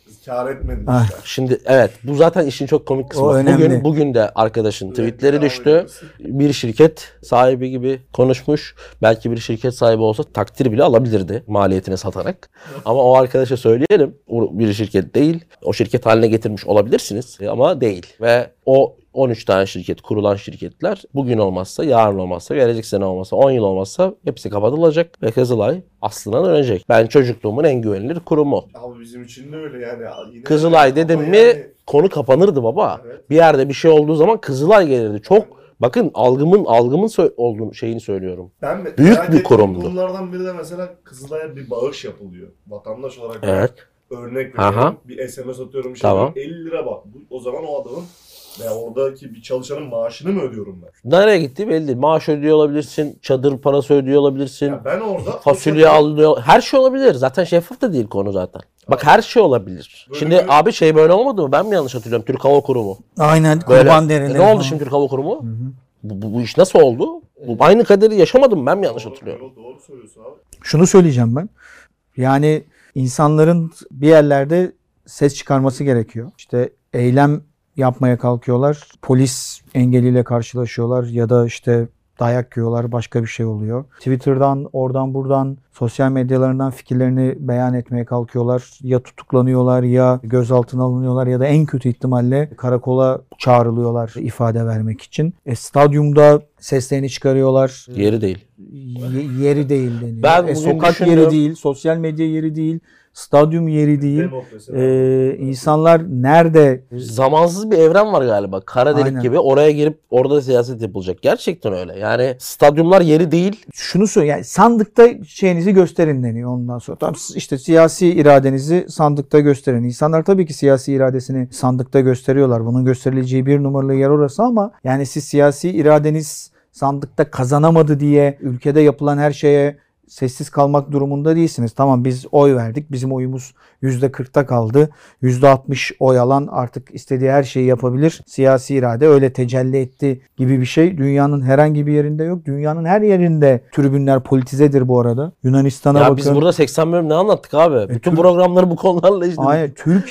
Kâr etmedin Ah. işte. Şimdi evet, bu zaten işin çok komik kısmı. O önemli. Bugün de arkadaşın tweetleri devam düştü. ediyoruz. Bir şirket sahibi gibi konuşmuş. Belki bir şirket sahibi olsa takdir bile alabilirdi maliyetine satarak. Ama o arkadaşa söyleyelim, o bir şirket değil. O şirket haline getirmiş olabilirsiniz ama değil. Ve o 13 tane şirket, kurulan şirketler bugün olmazsa, yarın olmazsa, gelecek sene olmazsa, 10 yıl olmazsa hepsi kapatılacak ve Kızılay aslına dönecek. Ben çocukluğumun en güvenilir kurumu. Abi bizim için de öyle yani. Yine Kızılay öyle. dedim Ama mi yani konu kapanırdı baba. Evet. Bir yerde bir şey olduğu zaman Kızılay gelirdi. Çok, bakın algımın olduğunu şeyini söylüyorum. Büyük merak bir ettiğim kurumdu. konulardan biri de mesela Kızılay'a bir bağış yapılıyor. Vatandaş olarak Evet. örnek Aha. veriyorum. Bir SMS atıyorum, bir şey Tamam. diyorum, 50 lira bak. O zaman o adamın veya oradaki bir çalışanın maaşını mı ödüyorum ben? Nereye gitti belli değil. Maaş ödüyor olabilirsin, çadır parası ödüyor olabilirsin, Ya ben orada fasulye alıyor. Her şey olabilir. Zaten şeffaf da değil konu zaten. Bak her şey olabilir. Böyle Şimdi bir- abi şey böyle olmadı mı? Ben mi yanlış hatırlıyorum? Türk Hava Kurumu. Aynen Böyle. kurban derileri. Ne oldu falan. şimdi Türk Hava Kurumu? Bu iş nasıl oldu? Bu aynı kaderi yaşamadım, ben mi yanlış hatırlıyorum? Doğru söylüyorsun abi. Şunu söyleyeceğim ben. Yani insanların bir yerlerde ses çıkarması gerekiyor. İşte eylem yapmaya kalkıyorlar. Polis engeliyle karşılaşıyorlar ya da işte dayak yiyorlar, başka bir şey oluyor. Twitter'dan, oradan buradan, sosyal medyalarından fikirlerini beyan etmeye kalkıyorlar. Ya tutuklanıyorlar ya gözaltına alınıyorlar ya da en kötü ihtimalle karakola çağrılıyorlar ifade vermek için. Stadyumda seslerini çıkarıyorlar. Yeri değil. Yeri değil deniyor. Ben bugün Sokak düşündüm. yeri değil, sosyal medya yeri değil, stadyum yeri değil. Demokrasi. İnsanlar nerede? Zamansız bir evren var galiba. Kara delik Aynen. gibi, oraya girip orada siyaset yapılacak. Gerçekten öyle. Yani stadyumlar yeri değil. Şunu söyle, yani sandıkta şeyinizi gösterin deniyor ondan sonra. Tamam, işte siyasi iradenizi sandıkta gösterin. İnsanlar tabii ki siyasi iradesini sandıkta gösteriyorlar. Bunun gösterileceği bir numaralı yer orası ama yani siz siyasi iradeniz sandıkta kazanamadı diye ülkede yapılan her şeye sessiz kalmak durumunda değilsiniz. Tamam, biz oy verdik. Bizim oyumuz %40'ta kaldı. %60 oy alan artık istediği her şeyi yapabilir. Siyasi irade öyle tecelli etti gibi bir şey dünyanın herhangi bir yerinde yok. Dünyanın her yerinde tribünler politizedir bu arada. Yunanistan'a Ya bakın. biz burada 80 bölüm ne anlattık abi? Bütün Türk- programları bu konularla işledik. Aynen.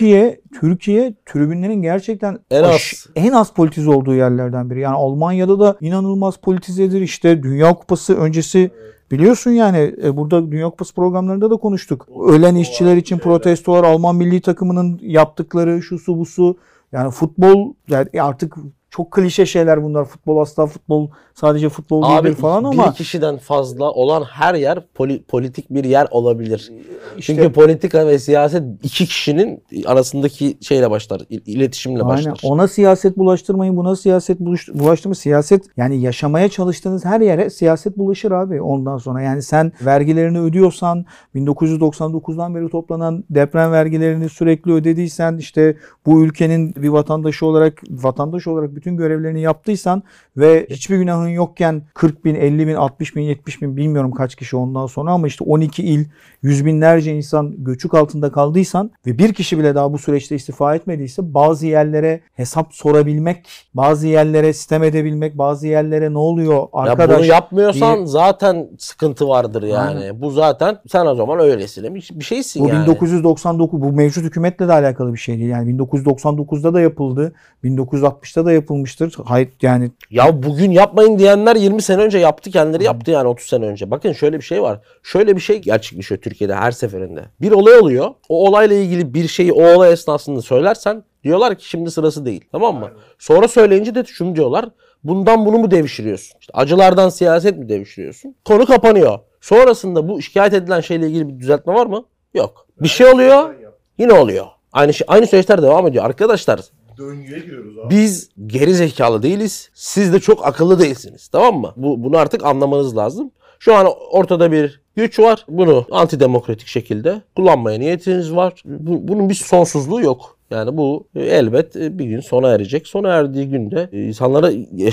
Türkiye tribünlerin gerçekten En az. en az politize olduğu yerlerden biri. Yani Almanya'da da inanılmaz politizedir. İşte Dünya Kupası öncesi biliyorsun yani burada Dünya Kupası programlarında da konuştuk. Ölen işçiler için protestolar, Alman milli takımının yaptıkları şusu busu. Yani futbol yani artık çok klişe şeyler bunlar. Futbol asla futbol sadece futbol Abi değildir falan ama bir kişiden fazla olan her yer politik bir yer olabilir. işte- Çünkü politika ve siyaset iki kişinin arasındaki şeyle başlar, iletişimle aynen. başlar. Ona siyaset bulaştırmayın, buna siyaset bulaştırmayın. Siyaset yani yaşamaya çalıştığınız her yere siyaset bulaşır abi ondan sonra. Yani sen vergilerini ödüyorsan 1999'dan beri toplanan deprem vergilerini sürekli ödediysen işte bu ülkenin bir vatandaş olarak bütün görevlerini yaptıysan ve hiçbir günahın yokken 40 bin, 50 bin, 60 bin, 70 bin bilmiyorum kaç kişi ondan sonra ama işte 12 il, yüz binlerce insan göçük altında kaldıysan ve bir kişi bile daha bu süreçte istifa etmediyse bazı yerlere hesap sorabilmek, bazı yerlere sitem edebilmek, bazı yerlere ne oluyor arkadaş? Ya bunu yapmıyorsan diye- zaten sıkıntı vardır yani. Bu zaten sen o zaman öylesin. Bir şeysin Bu yani. 1999 bu mevcut hükümetle de alakalı bir şey değil. Yani 1999'da da yapıldı. 1960'ta da yapılmıştır. Hayır yani Ya bugün yapmayın diyenler 20 sene önce yaptı, kendileri yaptı yani 30 sene önce. Bakın şöyle bir şey var. Şöyle bir şey gerçekleşiyor Türkiye'de her seferinde. Bir olay oluyor. O olayla ilgili bir şeyi o olay esnasında söylersen diyorlar ki şimdi sırası değil. Tamam mı? Aynen. Sonra söyleyince de şunu diyorlar. Bundan bunu mu devşiriyorsun? İşte acılardan siyaset mi devşiriyorsun? Konu kapanıyor. Sonrasında bu şikayet edilen şeyle ilgili bir düzeltme var mı? Yok. Bir şey oluyor, yine oluyor. Aynı süreçler devam ediyor. Arkadaşlar Döngüye giriyoruz abi. biz geri zekalı değiliz. Siz de çok akıllı değilsiniz. Tamam mı? Bunu artık anlamanız lazım. Şu an ortada bir güç var. Bunu antidemokratik şekilde kullanmaya niyetiniz var. Bunun bir sonsuzluğu yok. Yani bu elbet bir gün sona erecek. Sona erdiği günde insanlara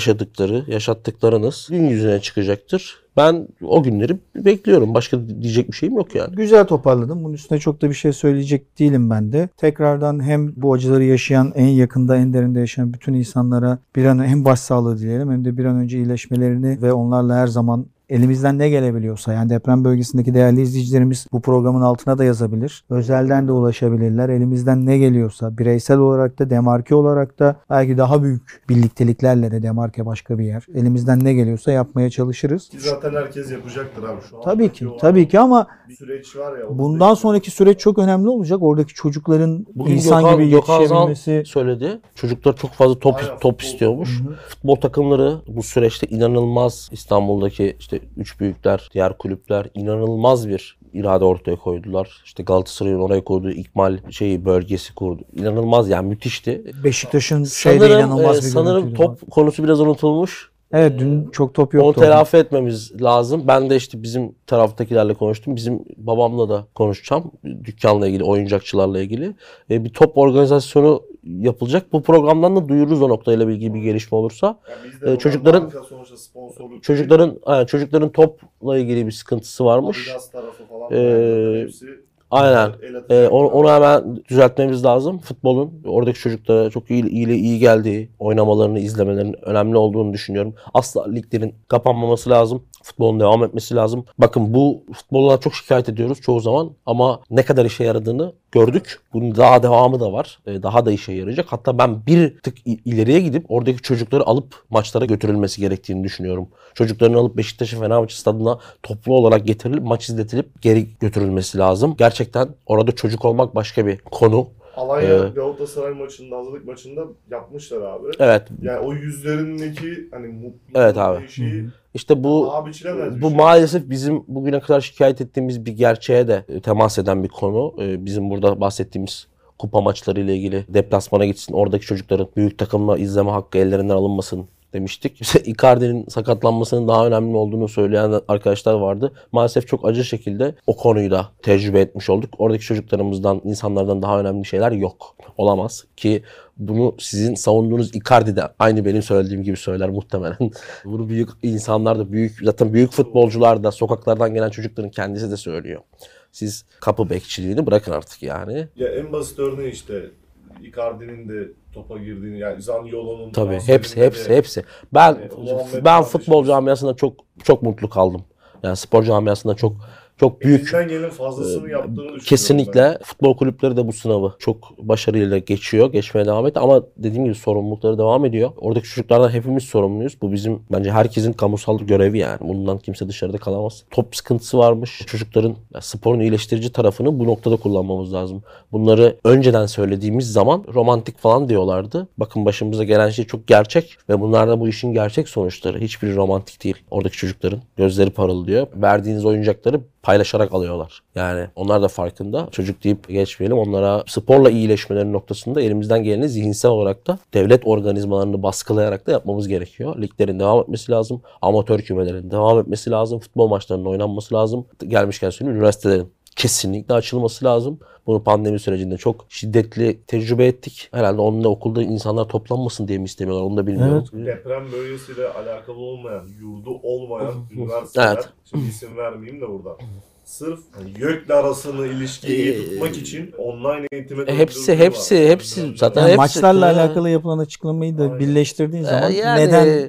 yaşattıklarınız gün yüzüne çıkacaktır. Ben o günleri bekliyorum. Başka diyecek bir şeyim yok yani. güzel toparladım. Bunun üstüne çok da bir şey söyleyecek değilim ben de. Tekrardan hem bu acıları yaşayan, en yakında, en derinde yaşayan bütün insanlara bir an hem başsağlığı dileyelim hem de bir an önce iyileşmelerini ve onlarla her zaman elimizden ne gelebiliyorsa, yani deprem bölgesindeki değerli izleyicilerimiz bu programın altına da yazabilir. Özelden de ulaşabilirler. Elimizden ne geliyorsa, bireysel olarak da, demarke olarak da, belki daha büyük birlikteliklerle de, demarke başka bir yer. Elimizden ne geliyorsa yapmaya çalışırız. Ki zaten herkes yapacaktır abi şu an. Tabii ki ama bir süreç var ya. bundan sonraki süreç çok önemli olacak. Oradaki çocukların Bugün insan gibi yetişebilmesi. Söyledi. Çocuklar çok fazla Aynen, top istiyormuş. Hı hı. Futbol takımları bu süreçte inanılmaz, İstanbul'daki işte üç büyükler, diğer kulüpler inanılmaz bir irade ortaya koydular. İşte Galatasaray'ın oraya koyduğu ikmal bölgesi kurdu. İnanılmaz, yani müthişti. Beşiktaş'ın şeyde inanılmaz bir sanırım görüntüydü. top konusu biraz unutulmuş. Evet, dün çok top yoktu. Onu telafi etmemiz lazım. Ben de işte bizim taraftakilerle konuştum. Bizim babamla da konuşacağım. Dükkanla ilgili, oyuncakçılarla ilgili. Bir top organizasyonu yapılacak. Bu programdan da duyururuz o noktayla ilgili bir gelişme olursa. Yani çocukların topla ilgili bir sıkıntısı varmış. Adidas tarafı falan. Hepsi Aynen. Onu hemen düzeltmemiz lazım. Futbolun oradaki çocuklara çok iyi geldiği, oynamalarını, izlemelerinin önemli olduğunu düşünüyorum. Asla liglerin kapanmaması lazım. Futbolun devam etmesi lazım. Bakın, bu futboldan çok şikayet ediyoruz çoğu zaman ama ne kadar işe yaradığını gördük. Bunun daha devamı da var. Daha da işe yarayacak. Hatta ben bir tık ileriye gidip oradaki çocukları alıp maçlara götürülmesi gerektiğini düşünüyorum. Çocukların alıp Beşiktaş'ın Fenerbahçe stadına toplu olarak getirilip maç izletilip geri götürülmesi lazım. Gerçekten orada çocuk olmak başka bir konu. Alanya Galatasaray maçında, hazırlık maçında yapmışlar abi. Evet. Yani o yüzlerindeki hani mutluluk, evet abi. şeyi İşte bu maalesef bizim bugüne kadar şikayet ettiğimiz bir gerçeğe de temas eden bir konu. Bizim burada bahsettiğimiz kupa maçları ile ilgili deplasmana gitsin, oradaki çocukların büyük takımla izleme hakkı ellerinden alınmasın demiştik. Icardi'nin sakatlanmasının daha önemli olduğunu söyleyen arkadaşlar vardı. Maalesef çok acı şekilde o konuyu da tecrübe etmiş olduk. Oradaki çocuklarımızdan, insanlardan daha önemli şeyler yok. Olamaz ki bunu sizin savunduğunuz Icardi de aynı benim söylediğim gibi söyler muhtemelen. Bunu büyük insanlar da, zaten büyük futbolcular da, sokaklardan gelen çocukların kendisi de söylüyor. Siz kapı bekçiliğini bırakın artık yani. Ya en basit örneği işte Icardi'nin de topa girdiğini, yani Zaniolo'nun, tabii hepsi. Ben futbol camiasında çok mutlu kaldım. Yani spor camiasında çok büyük. Elinden gelen fazlasını yaptığını düşünüyorum. Kesinlikle. Ben. Futbol kulüpleri de bu sınavı çok başarıyla geçmeye devam etti. Ama dediğim gibi sorumlulukları devam ediyor. Oradaki çocuklardan hepimiz sorumluyuz. Bu bizim, bence herkesin kamusal görevi yani. Bundan kimse dışarıda kalamaz. Top sıkıntısı varmış. Çocukların sporun iyileştirici tarafını bu noktada kullanmamız lazım. Bunları önceden söylediğimiz zaman romantik falan diyorlardı. Bakın, başımıza gelen şey çok gerçek ve bunlar da bu işin gerçek sonuçları. Hiçbiri romantik değil. Oradaki çocukların gözleri parıldıyor. Verdiğiniz oyuncakları paylaşarak alıyorlar. Yani onlar da farkında. Çocuk deyip geçmeyelim. Onlara sporla iyileşmeleri noktasında elimizden geleni zihinsel olarak da devlet organizmalarını baskılayarak da yapmamız gerekiyor. Liglerin devam etmesi lazım. Amatör kümelerin devam etmesi lazım. Futbol maçlarının oynanması lazım. Gelmişken söyleyeyim, üniversitelerin kesinlikle açılması lazım. Bunu pandemi sürecinde çok şiddetli tecrübe ettik. Herhalde onunla okulda insanlar toplanmasın diye mi istemiyorlar, onu da bilmiyorum. Evet. Deprem bölgesiyle alakalı olmayan, yurdu olmayan üniversiteler, evet. Şimdi isim vermeyeyim de burada. Sırf YÖK'le arasını, ilişkiyi tutmak için online eğitime hepsi zaten yani hepsi. Maçlarla alakalı yapılan açıklamayı da birleştirdiğin zaman yani, neden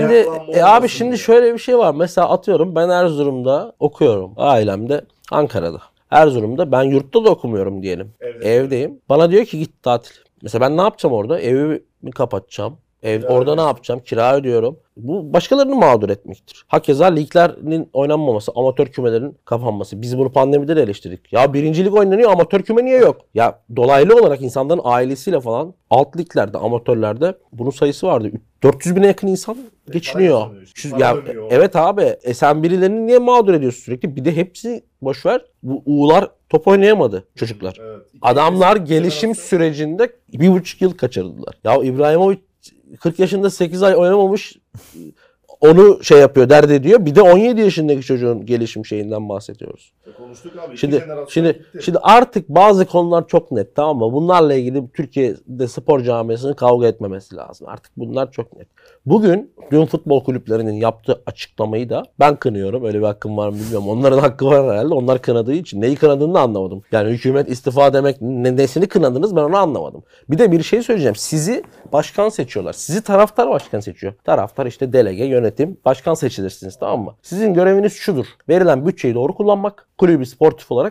şimdi şöyle bir şey var. Mesela atıyorum, ben Erzurum'da okuyorum. Ailem de Ankara'da. Erzurum'da, ben yurtta da okumuyorum diyelim. Evdeyim. Bana diyor ki git tatil. Mesela ben ne yapacağım orada? Evimi kapatacağım. Orada ne yapacağım? Kira ödüyorum. Bu başkalarını mağdur etmektir. Hakeza liglerin oynanmaması, amatör kümelerin kapanması. Biz bunu pandemide de eleştirdik. Ya birincilik oynanıyor, amatör küme niye yok? Ya dolaylı olarak insanların ailesiyle falan alt liglerde, amatörlerde bunun sayısı vardı. 400 bine yakın insan geçiniyor. Evet abi. Sen birilerini niye mağdur ediyorsun sürekli? Bir de hepsi boşver. Bu U'lar top oynayamadı çocuklar. Evet. Adamlar gelişim sürecinde 1,5 yıl kaçırdılar. Ya İbrahimovic 40 yaşında 8 ay oynamamış, onu yapıyor, dert ediyor. Bir de 17 yaşındaki çocuğun gelişim şeyinden bahsediyoruz. Konuştuk abi. Şimdi artık bazı konular çok net, tamam mı? Bunlarla ilgili Türkiye'de spor camiasının kavga etmemesi lazım. Artık bunlar çok net. Dün futbol kulüplerinin yaptığı açıklamayı da ben kınıyorum. Öyle bir hakkım var mı bilmiyorum. Onların hakkı var herhalde. Onlar kınadığı için neyi kınadığını da anlamadım. Yani hükümet istifa demek, nesini kınadınız, ben onu anlamadım. Bir de bir şey söyleyeceğim. Sizi başkan seçiyorlar. Sizi taraftar başkan seçiyor. Taraftar işte delege, yönetici yönetim, başkan seçilirsiniz, tamam mı? Sizin göreviniz şudur. Verilen bütçeyi doğru kullanmak, kulübü sportif olarak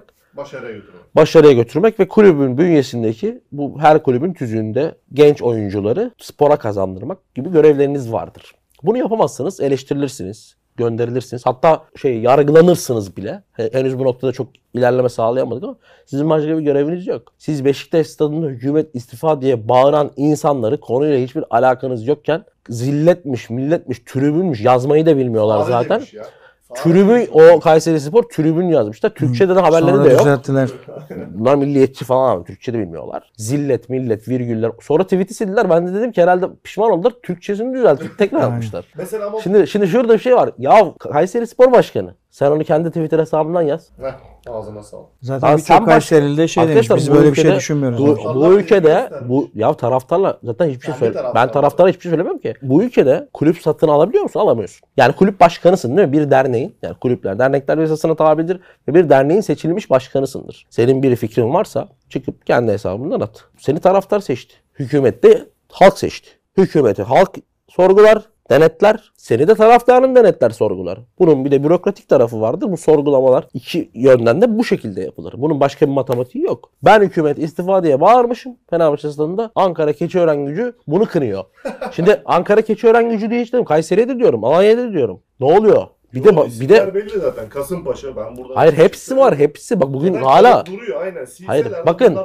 başarıya götürmek ve kulübün bünyesindeki bu her kulübün tüzüğünde genç oyuncuları spora kazandırmak gibi görevleriniz vardır. Bunu yapamazsanız eleştirilirsiniz, gönderilirsiniz. Hatta yargılanırsınız bile. Henüz bu noktada çok ilerleme sağlayamadık ama sizin başka bir göreviniz yok. Siz Beşiktaş stadında hükümet istifa diye bağıran insanları konuyla hiçbir alakanız yokken zilletmiş, milletmiş, tribünmüş yazmayı da bilmiyorlar zaten. Tribün, o Kayserispor tribün yazmışlar. Türkçe'de de haberleri Sonra de yok. düzelttiler. Bunlar milliyetçi falan ama Türkçe'de bilmiyorlar. Zillet, millet, virgüller. Sonra tweet'i sildiler. Ben de dedim ki herhalde pişman oldular. Türkçesini düzeltip tekrar yapmışlar. Mesela ama... Şimdi şurada bir şey var. Ya Kayserispor Başkanı. Sen onu kendi Twitter hesabından yaz. Ağzına sağlık. Zaten birçok Kayseri'li de demiş. Biz böyle bir şey düşünmüyoruz. Bu ülkede taraftarla zaten hiçbir şey söylemiyorum. Ben taraftara hiçbir şey söylemiyorum ki. Bu ülkede kulüp satın alabiliyor musun? Alamıyorsun. Yani kulüp başkanısın değil mi? Bir derneğin, yani kulüpler, dernekler yasasına tabidir ve bir derneğin seçilmiş başkanısındır. Senin bir fikrin varsa çıkıp kendi hesabından at. Seni taraftar seçti. Hükümette halk seçti. Hükümeti halk sorgular, denetler. Seni de taraftarın denetler, sorgular. Bunun bir de bürokratik tarafı vardır. Bu sorgulamalar iki yönden de bu şekilde yapılır. Bunun başka bir matematiği yok. Ben hükümet istifa diye bağırmışım Fenerbahçe stadında. Ankara Keçiören Gücü bunu kınıyor. Şimdi Ankara Keçiören Gücü diye hiç dedim. Kayseri'ye de diyorum. Alanya'ya da diyorum. Ne oluyor? Bir de belli zaten. Kasımpaşa, ben burada. Hayır, hepsi var, hepsi. Bak bugün hala duruyor aynen. Hayır, bakın.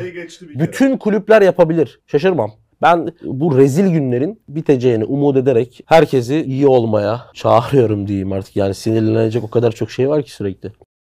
Bütün kulüpler yapabilir. Şaşırmam. Ben bu rezil günlerin biteceğini umut ederek herkesi iyi olmaya çağırıyorum diyeyim artık. Yani sinirlenecek o kadar çok şey var ki sürekli.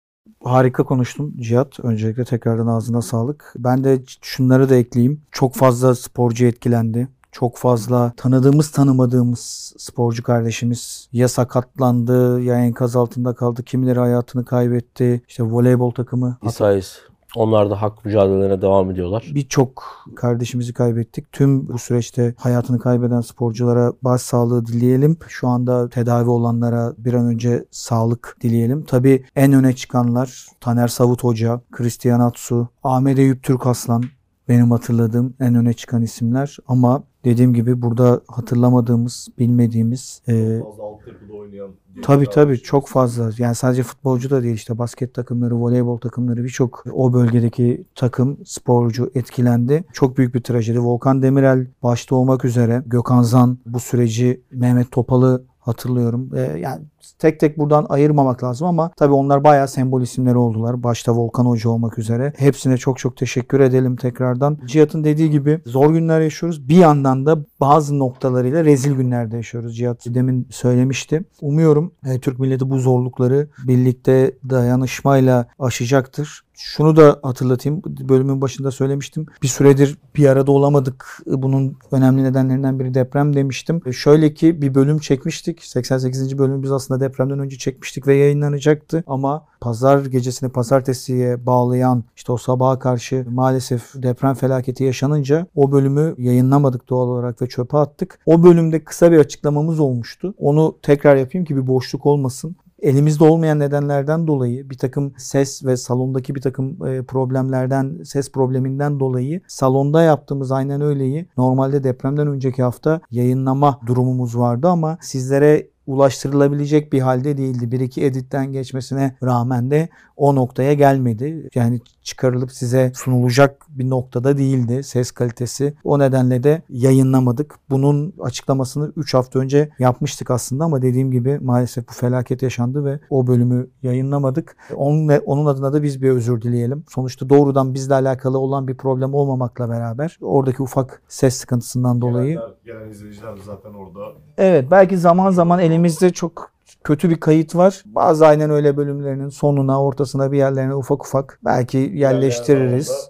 Harika konuştun Cihat. Öncelikle tekrardan ağzına sağlık. Ben de şunları da ekleyeyim. Çok fazla sporcu etkilendi. Çok fazla tanımadığımız sporcu kardeşimiz ya sakatlandı ya enkaz altında kaldı. Kimileri hayatını kaybetti. İşte voleybol takımı. İsa'yız. Onlar da hak mücadelelerine devam ediyorlar. Birçok kardeşimizi kaybettik. Tüm bu süreçte hayatını kaybeden sporculara başsağlığı dileyelim. Şu anda tedavi olanlara bir an önce sağlık dileyelim. Tabii en öne çıkanlar Taner Savut Hoca, Christian Atsu, Ahmet Eyüp Türkaslan benim hatırladığım en öne çıkan isimler. Ama dediğim gibi burada hatırlamadığımız, bilmediğimiz fazla altyapıda oynayan. Tabii çok fazla. Yani sadece futbolcu da değil, işte basket takımları, voleybol takımları, birçok o bölgedeki takım, sporcu etkilendi. Çok büyük bir trajedi. Volkan Demirel başta olmak üzere, Gökhan Zan, bu süreci, Mehmet Topal'ı hatırlıyorum. Yani tek tek buradan ayırmamak lazım ama tabii onlar bayağı sembol isimleri oldular. Başta Volkan Hoca olmak üzere. Hepsine çok teşekkür edelim tekrardan. Cihat'ın dediği gibi zor günler yaşıyoruz. Bir yandan da bazı noktalarıyla rezil günlerde yaşıyoruz. Cihat demin söylemişti. Umuyorum Türk milleti bu zorlukları birlikte dayanışmayla aşacaktır. Şunu da hatırlatayım. Bölümün başında söylemiştim. Bir süredir bir arada olamadık. Bunun önemli nedenlerinden biri deprem demiştim. Şöyle ki bir bölüm çekmiştik. 88. bölümü biz aslında depremden önce çekmiştik ve yayınlanacaktı. Ama pazar gecesini pazartesiye bağlayan, işte o sabaha karşı maalesef deprem felaketi yaşanınca o bölümü yayınlamadık doğal olarak ve çöpe attık. O bölümde kısa bir açıklamamız olmuştu. Onu tekrar yapayım ki bir boşluk olmasın. Elimizde olmayan nedenlerden dolayı, bir takım ses ve salondaki bir takım problemlerden, ses probleminden dolayı salonda yaptığımız aynen öyleyi normalde depremden önceki hafta yayınlama durumumuz vardı ama sizlere ulaştırılabilecek bir halde değildi. Bir iki editten geçmesine rağmen de o noktaya gelmedi. Yani çıkarılıp size sunulacak bir noktada değildi ses kalitesi. O nedenle de yayınlamadık. Bunun açıklamasını 3 hafta önce yapmıştık aslında ama dediğim gibi maalesef bu felaket yaşandı ve o bölümü yayınlamadık. Onun adına da biz bir özür dileyelim. Sonuçta doğrudan bizle alakalı olan bir problem olmamakla beraber oradaki ufak ses sıkıntısından dolayı. Gelen izleyiciler de zaten orada. Evet, belki zaman zaman elimizde çok kötü bir kayıt var. Bazı aynen öyle bölümlerinin sonuna, ortasına bir yerlerine ufak belki yerleştiririz.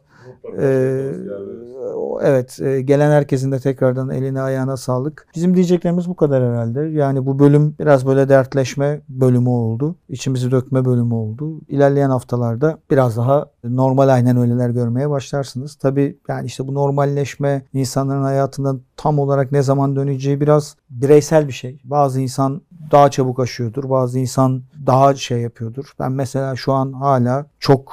Evet, gelen herkesin de tekrardan eline ayağına sağlık. Bizim diyeceklerimiz bu kadar herhalde. Yani bu bölüm biraz böyle dertleşme bölümü oldu. İçimizi dökme bölümü oldu. İlerleyen haftalarda biraz daha normal aynen öyleler görmeye başlarsınız. Tabii yani işte bu normalleşme insanların hayatından tam olarak ne zaman döneceği biraz bireysel bir şey. Bazı insan daha çabuk aşıyordur. Bazı insan daha yapıyordur. Ben mesela şu an hala çok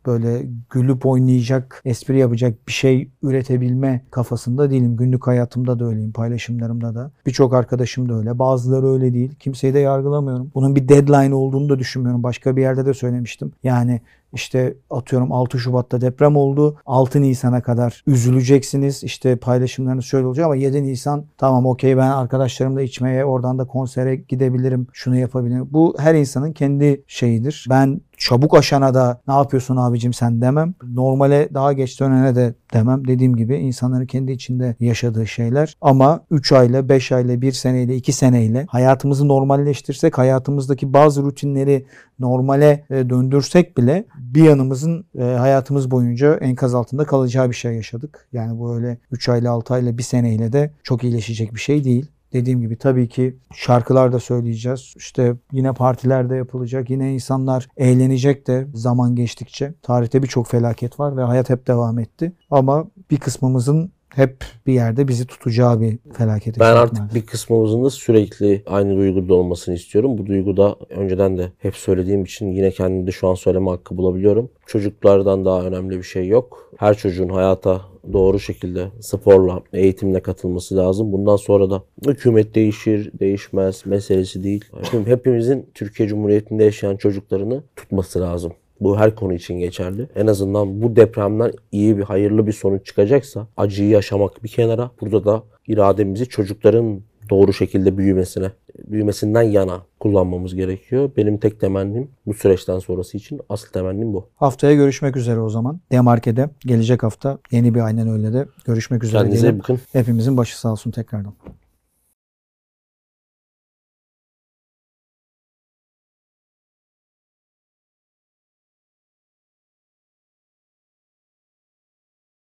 böyle gülüp oynayacak, espri yapacak bir şey üretebilme kafasında değilim. Günlük hayatımda da öyleyim, paylaşımlarımda da. Birçok arkadaşım da öyle. Bazıları öyle değil. Kimseyi de yargılamıyorum. Bunun bir deadline olduğunu da düşünmüyorum. Başka bir yerde de söylemiştim. Yani işte atıyorum 6 Şubat'ta deprem oldu. 6 Nisan'a kadar üzüleceksiniz. İşte paylaşımlarınız şöyle olacak ama 7 Nisan tamam okey, ben arkadaşlarımla içmeye, oradan da konsere gidebilirim. Şunu yapabilirim. Bu her insanın kendi şeyidir. Ben çabuk aşana da ne yapıyorsun abicim sen demem. Normale daha geç dönene de demem. Dediğim gibi insanların kendi içinde yaşadığı şeyler. Ama 3 ayla, 5 ayla, 1 seneyle, 2 seneyle hayatımızı normalleştirsek, hayatımızdaki bazı rutinleri normale döndürsek bile bir yanımızın hayatımız boyunca enkaz altında kalacağı bir şey yaşadık. Yani bu öyle 3 ayla, 6 ayla, 1 seneyle de çok iyileşecek bir şey değil. Dediğim gibi tabii ki şarkılar da söyleyeceğiz. İşte yine partiler de yapılacak. Yine insanlar eğlenecek de zaman geçtikçe. Tarihte birçok felaket var ve hayat hep devam etti. Ama bir kısmımızın hep bir yerde bizi tutacağı bir felaket. Ben artık bir kısmımızın da sürekli aynı duyguda olmasını istiyorum. Bu duyguda önceden de hep söylediğim için yine kendimde şu an söyleme hakkı bulabiliyorum. Çocuklardan daha önemli bir şey yok. Her çocuğun hayata doğru şekilde sporla, eğitimle katılması lazım. Bundan sonra da hükümet değişir, değişmez meselesi değil. Hepimizin Türkiye Cumhuriyeti'nde yaşayan çocuklarını tutması lazım. Bu her konu için geçerli. En azından bu depremden iyi bir, hayırlı bir sonuç çıkacaksa acıyı yaşamak bir kenara, burada da irademizi çocukların doğru şekilde büyümesinden yana kullanmamız gerekiyor. Benim tek temennim bu süreçten sonrası için, asıl temennim bu. Haftaya görüşmek üzere o zaman. Demarke'de gelecek hafta yeni bir aynen öyle de görüşmek üzere. Kendinize bakın. Hepimizin başı sağ olsun tekrardan.